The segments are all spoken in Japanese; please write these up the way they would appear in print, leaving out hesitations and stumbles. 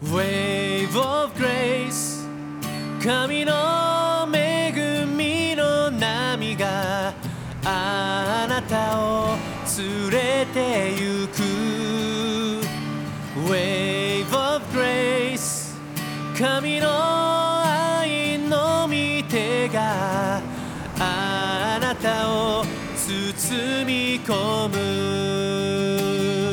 Wave of Grace 神の恵みの波があなたを連れてゆく Wave of Grace 神の愛の御手があなたを包み込む。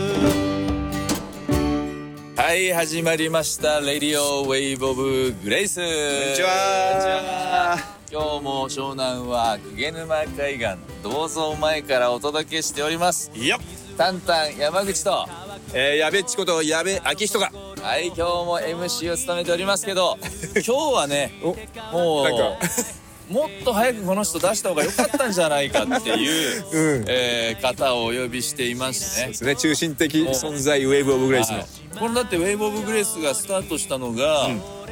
はい、始まりましたレディオウェイブオブグレイス。こんにちは。 今日も湘南は鵠沼海岸銅像前からお届けしております。 いや、 タンタン山口とやべっちこと矢部明人が、 はい、今日も MC を務めておりますけど今日はねもうなんかもっと早くこの人出した方が良かったんじゃないかっていう、方をお呼びしていますね。 そうですね、中心的存在ウェーブオブグレイスの、 これだってウェイブオブグレイスがスタートしたのが、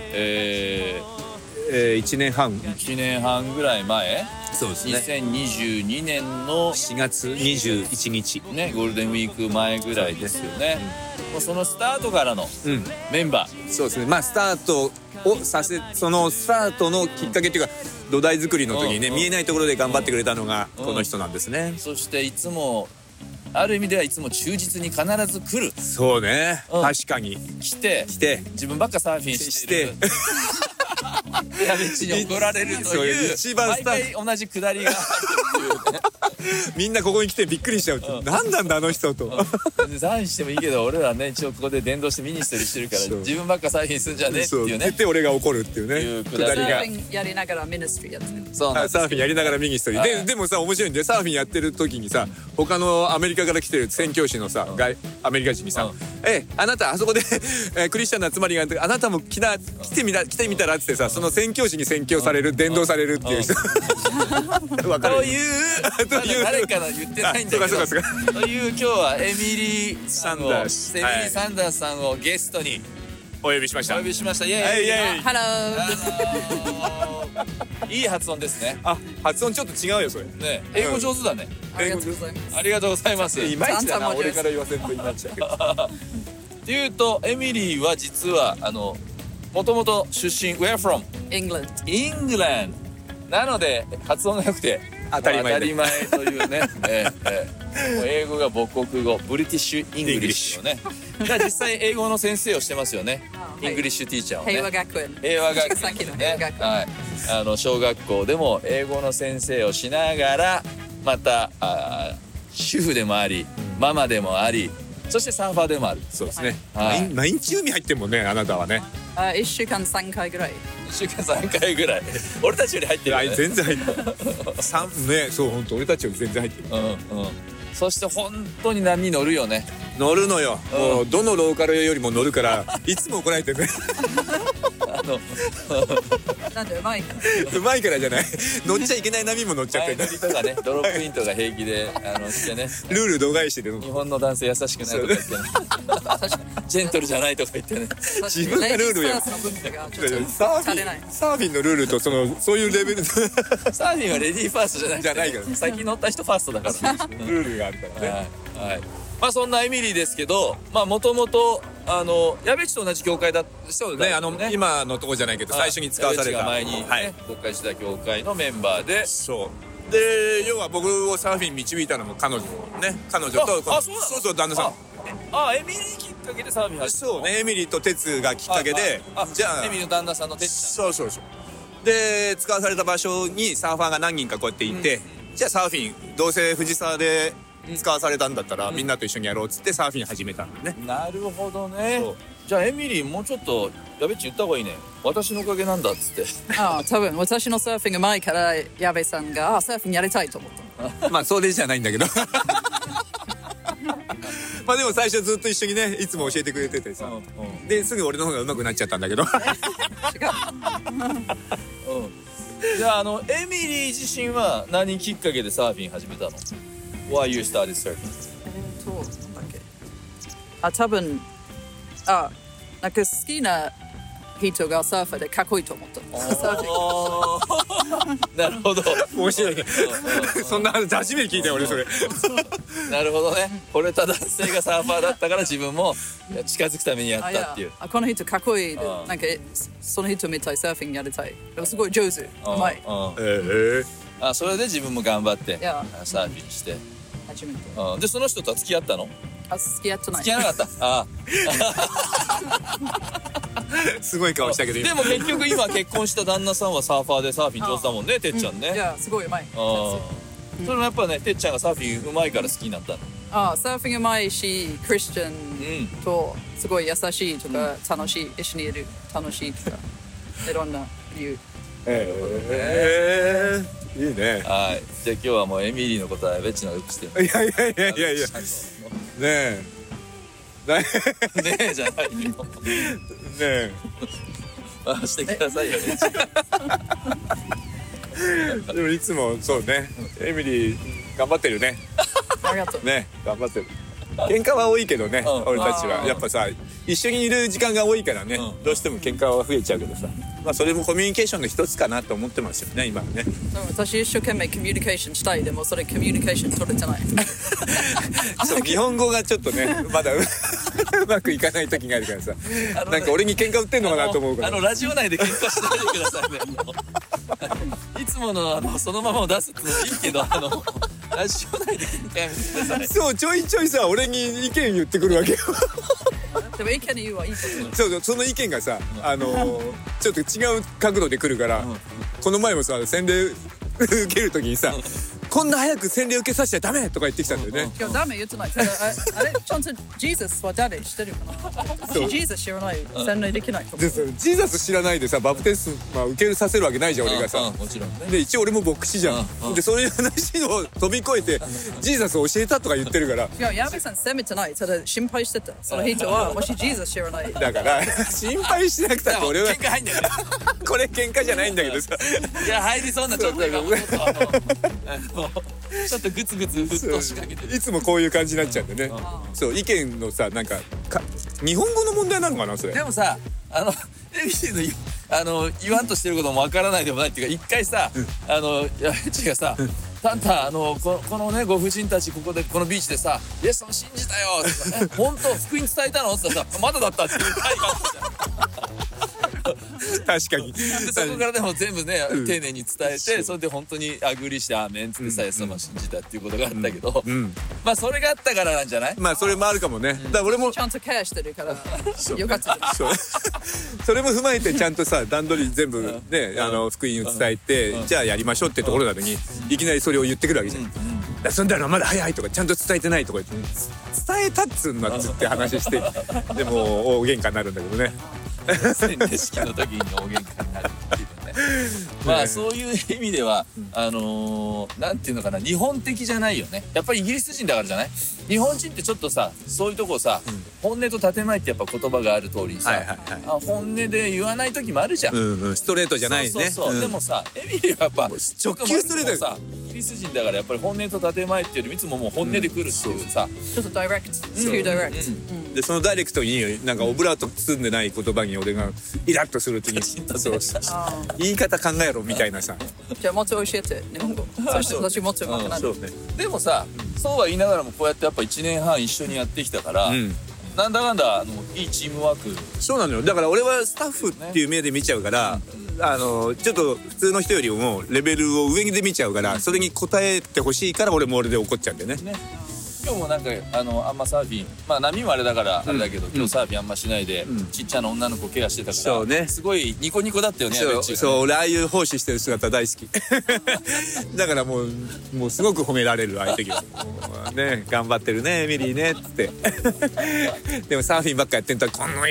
1年半 1年半ぐらい前、 そうですね、 2022年の 4月21日ね、ゴールデンウィーク前ぐらいですよね。もうそのスタートからのメンバー、 そうですね、まあスタートをさせ、そのスタートのきっかけっていうか土台作りの時にね、見えないところで頑張ってくれたのがこの人なんですね。 そしていつもある意味ではいつも忠実に必ず来る。 そうね、確かに来て自分ばっかサーフィンしてるやべっちに怒られるという、 一番毎回同じくだりがあるっていうねみんなここに来てびっくりしちゃうって、何なんだあの人と。 サーフィンしてもいいけど俺らね一応ここで電動してミニストリーしてるから自分ばっかサーフィンするんじゃねっていうね、 絶対俺が怒るっていうね、くだりが。 サーフィンやりながらミニストリーやってる。 そうなんです。 サーフィンやりながらミニストリーでもさ、面白いんで、サーフィンやってる時にさ、他のアメリカから来てる宣教師のさ、アメリカ人にさ、あなたあそこでクリスチャンの集まりがあって、あなたも来てみたらっつってさ、その宣教師に宣教される、伝道されるっていう人わかるという誰かの言ってないんだけど、 そうかという今日はエミリー・サンダース、 はいエミリー・サンダースさんをゲストにお呼びしました。 お呼びしました。イエーイ、 はいイエーイ。 ハロー。 いい発音ですね。 発音ちょっと違うよそれ。 ね、英語上手だね。 ありがとうございます。 ありがとうございます。 いまいちだな、 サンタも俺から言わせるといまいちだけど。 っていうとエミリーは実はもともと出身 Where from? England。 イングランドなので発音が良くて当たり前というね、もう英語が母国語ブリティッシュ・イングリッシュをね実際英語の先生をしてますよね。イングリッシュティーチャーをね、 平和学園。 平和学さっきの園ね、 平和学園。 はい、小学校でも英語の先生をしながらまた主婦でもあり、ママでもあり、そしてサーファーでもある。 そうですね、 はい毎日海入ってんもんね、あなたはね。 1週間3回ぐらい。 1週間3回ぐらい俺たちより入ってるよね。 全然入ってるね、そう、本当俺たちより全然入ってる。 そして本当に波に乗るよね。 乗るのよ、もうどのローカルよりも乗るからいつも怒られてるね。 なんでうまいから。 うまいからじゃない、乗っちゃいけない波も乗っちゃってる。 前乗りとかね、ドロップインとか平気でしてね、 ルール度外視でる。 日本の男性優しくないとか言ってねジェントルじゃないとか言ってね、 自分がルールやレディースファーストの文化がちょっと足りない。 サーフィンのルールとそういうレベルサーフィンはレディーファーストじゃなくて、 じゃないから先乗った人ファーストだからねルールがあるからね。 はい、まあそんなエミリーですけど、まあもともと矢部地と同じ教会だ。 そうね、今のとこじゃないけど最初に使わされた、 矢部地が前にはいね、国会した教会のメンバーで、 そうで、要は僕をサーフィン導いたのも彼女とそう旦那さん。 エミリーきっかけでサーフィン始めたの。 そうね、エミリーと哲がきっかけで、じゃあエミリーの旦那さんの哲ちゃん。 そうで、使わされた場所にサーファーが何人かこうやっていて、じゃあサーフィンどうせ藤沢で使わされたんだったら、みんなと一緒にやろうっつってサーフィン始めたんだね。 なるほどねそう。 じゃあエミリーもうちょっと矢部っち言った方がいいね。私のおかげなんだっつって多分私のサーフィンが前から矢部さんがサーフィンやりたいと思った。 まあそれじゃないんだけどまあでも最初ずっと一緒にね、いつも教えてくれててさ、ですぐ俺の方が上手くなっちゃったんだけど違う。 じゃあエミリー自身は何きっかけでサーフィン始めたの？ Why you started surfing? なんだっけ。多分なんか好きな人がサーファーでかっこいいと思った。サーフィンおーなるほど。 面白いね。そんな話初めて聞いたよ俺それ。 なるほどね。惚れた男性がサーファーだったから自分も近づくためにやったっていう。 この人かっこいいで、なんかその人みたいサーフィンやりたい。すごい上手、うまい。 あ、それで自分も頑張ってサーフィンして。 初めて。 でその人とは付き合ったの？ 付き合ってない。 付き合わなかった。あすごい顔したけどでも結局今結婚した旦那さんはサーファーでサーフィン上手だもんね、てっちゃんね。 いやすごいうまい。 それもやっぱね、てっちゃんがサーフィンうまいから好きになったの。 サーフィンうまいし、クリスチャンとすごい優しいとか、楽しい、一緒にいる楽しいとか、いろんな理由。 いいね。 はい。じゃあ今日はもうエミリーのことはベッチのよくしてる。 いやねえねえじゃないよ。 ねえ回してくださいよ。 でもいつもそうね、エミリー頑張ってるね。 ありがとう。 ね、頑張ってる。喧嘩は多いけどね、俺たちはやっぱさ一緒にいる時間が多いからね、どうしても喧嘩は増えちゃうけどさ、まあそれもコミュニケーションの一つかなと思ってますよね今はね。 私一生懸命コミュニケーションしたい、でもそれコミュニケーション取れてない。 そう日本語がちょっとねまだうまくいかない時があるからさ、なんか俺に喧嘩売ってんのかなと思うから。 ラジオ内で喧嘩しないでくださいね。いつものそのままを出すってのいいけどラジオ内で喧嘩やめてください。 そうちょいちょいさ俺に意見言ってくるわけよ。 でも意見言うはいいと思う。 そうその意見がさちょっと違う角度で来るから、この前もさ洗礼受ける時にさ、こんな早く洗礼受けさせちゃダメとか言ってきたんだよね。 いやダメ言ってない。あれちゃんとジーザスは誰知ってるかな。私ジーザス知らない、洗礼できないと思う。 ジーザス知らないでさバプテスマ受けさせるわけないじゃん俺がさ。 もちろんね。 で一応俺も牧師じゃん。でそういう話を飛び越えてジーザスを教えたとか言ってるから。 いや矢部さん責めてない。ただ心配してた。その人はもしジーザス知らない。 だから心配しなくたって俺は喧嘩入んだよ。 これ喧嘩じゃないんだけどさ。 いや入りそうなちょっとちょっとグツグツ沸騰しかけてる。 いつもこういう感じになっちゃうんでね。そう意見のさなんか日本語の問題なのかなそれ。 でもさエミリーの言わんとしてることもわからないでもないっていうか、一回さやべちがさタンタこのねご婦人たちここでこのビーチでさイエスを信じたよって本当福音伝えたのって言ったらさまだだったっていう回があったじゃん。 確かに。 でそこからでも全部ね丁寧に伝えて、それで本当にアグリーしてアーメンってさイエス様を信じたっていうことがあったけど、まあそれがあったからなんじゃない？ まあそれもあるかもね。だから俺もちゃんとケアしてるからよかったです。 それも踏まえてちゃんとさ段取り全部ね福音を伝えてじゃあやりましょうってところなのにいきなりそれを言ってくるわけじゃん。そんなのまだ早いとかちゃんと伝えてないとか言って伝えたっつうんだっつって話してでも大喧嘩になるんだけどね。 洗礼式の時に大喧嘩になるっていうね。まあそういう意味ではなんていうのかな、日本的じゃないよね。やっぱりイギリス人だからじゃない？日本人ってちょっとさそういうとこさ、本音と建前ってやっぱ言葉がある通りにさ、本音で言わない時もあるじゃん。 ストレートじゃないね。 そうでもさエミリーはやっぱ直球ストレートさイギリス人だからやっぱり本音と建前っていうよりいつももう本音で来るっていうさ、 ちょっとダイレクト、too direct。 でそのダイレクトになんかオブラート包んでない言葉に俺がイラッとする時に言い方考えろみたいなさ。 じゃあもっと教えて日本語。そして私もっと上手くなる。 でもさそうは言いながらもこうやってやっぱ1年半一緒にやってきたから、なんだかんだいいチームワーク。 そうなのよ。だから俺はスタッフっていう目で見ちゃうから、ちょっと普通の人よりもレベルを上で見ちゃうから、それに応えてほしいから俺も俺で怒っちゃうんだよね。 今日もなんかあんまサーフィンまあ波もあれだからあれだけど、今日サーフィンあんましないで、ちっちゃな女の子ケアしてたから、 そうね、 すごいニコニコだったよね。 そう俺ああいう奉仕してる姿大好き。だからもうすごく褒められる相手がね、頑張ってるねエミリーねっつって。でもサーフィンばっかやってんとこの野郎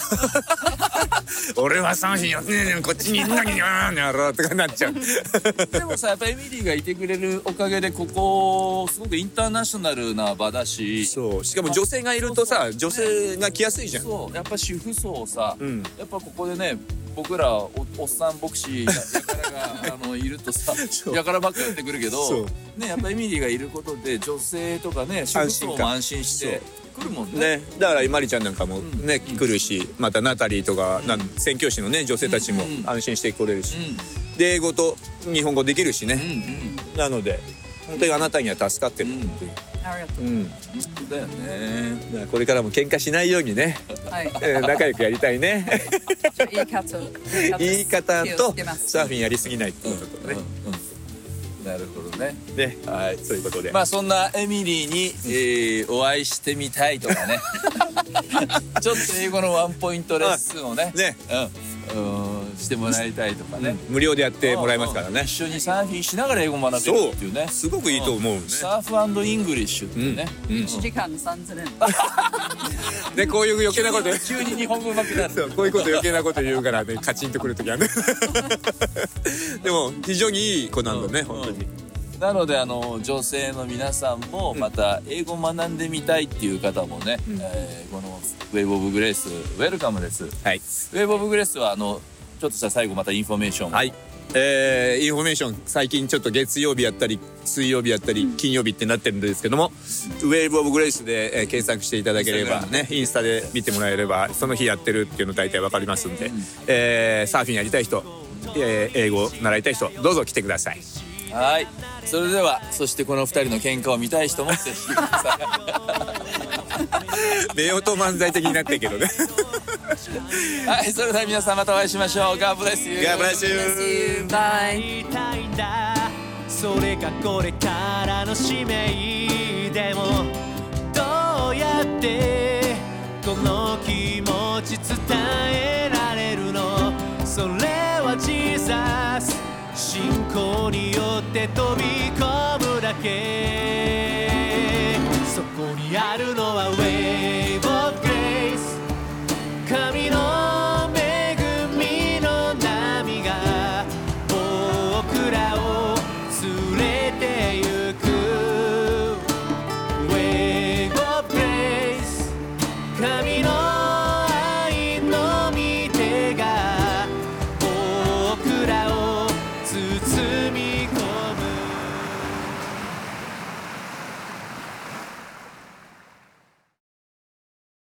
俺はサーフィンやってねえのこっちにいるのにやろとかなっちゃう。 でもさやっぱエミリーがいてくれるおかげでここすごくインターナショナルな場だし、 そうしかも女性がいるとさ女性が来やすいじゃん。 そうやっぱ主婦層さ、やっぱここでね僕らおっさん牧師やからがいるとさやからばっかやってくるけそうどね、やっぱエミリーがいることで女性とかね主婦層も安心して来るもんね。 ね、だからマリちゃんなんかもね、来るし、またナタリーとか、宣教師のね女性たちも安心して来れるし、で英語と日本語できるしね、なので本当にあなたには助かってる、本当に。 ありがとう。 本当だよね。 だからこれからも喧嘩しないようにね、 はい。 仲良くやりたいね。 言い方言い方気をとつけますサーフィンやりすぎないっていうことね。 なるほどね。 ね、はい、そういうことで。 まあそんなエミリーに、お会いしてみたいとかねちょっと英語のワンポイントレッスンをねね、 してもらいたいとかね、 無料でやってもらえますからね。 一緒にサーフィンしながら英語を学べるっていうね、 すごくいいと思うね。 サーフ&イングリッシュっていうね、 1時間3000円。 でこういう余計なこと急に日本語上手くなる。 そうこういうこと余計なこと言うからね、カチンとくるときはね。でも非常にいい子なんだね、本当に。 なので女性の皆さんもまた英語を学んでみたいっていう方もね、このウェーブオブグレースウェルカムです。 はい。 ウェーブオブグレースはちょっとした最後またインフォメーションを、 はい。インフォメーション最近ちょっと月曜日やったり水曜日やったり金曜日ってなってるんですけども、ウェーブオブグレースで、検索していただければね、インスタで見てもらえればその日やってるっていうの大体わかりますんで、サーフィンやりたい人、英語を習いたい人どうぞ来てください。 はい、それではそしてこの2人の喧嘩を見たい人もぜひ来てくださ夫婦漫才的になってるけどね。 い。はい、それでは皆さんまたお会いしましょう。God bless you。 God bless you。 バイ。 言いたいんだ、それがこれからの使命。でもどうやってこの気持ち伝えられるの。それはジーザス、信仰によって飛び込むだけ。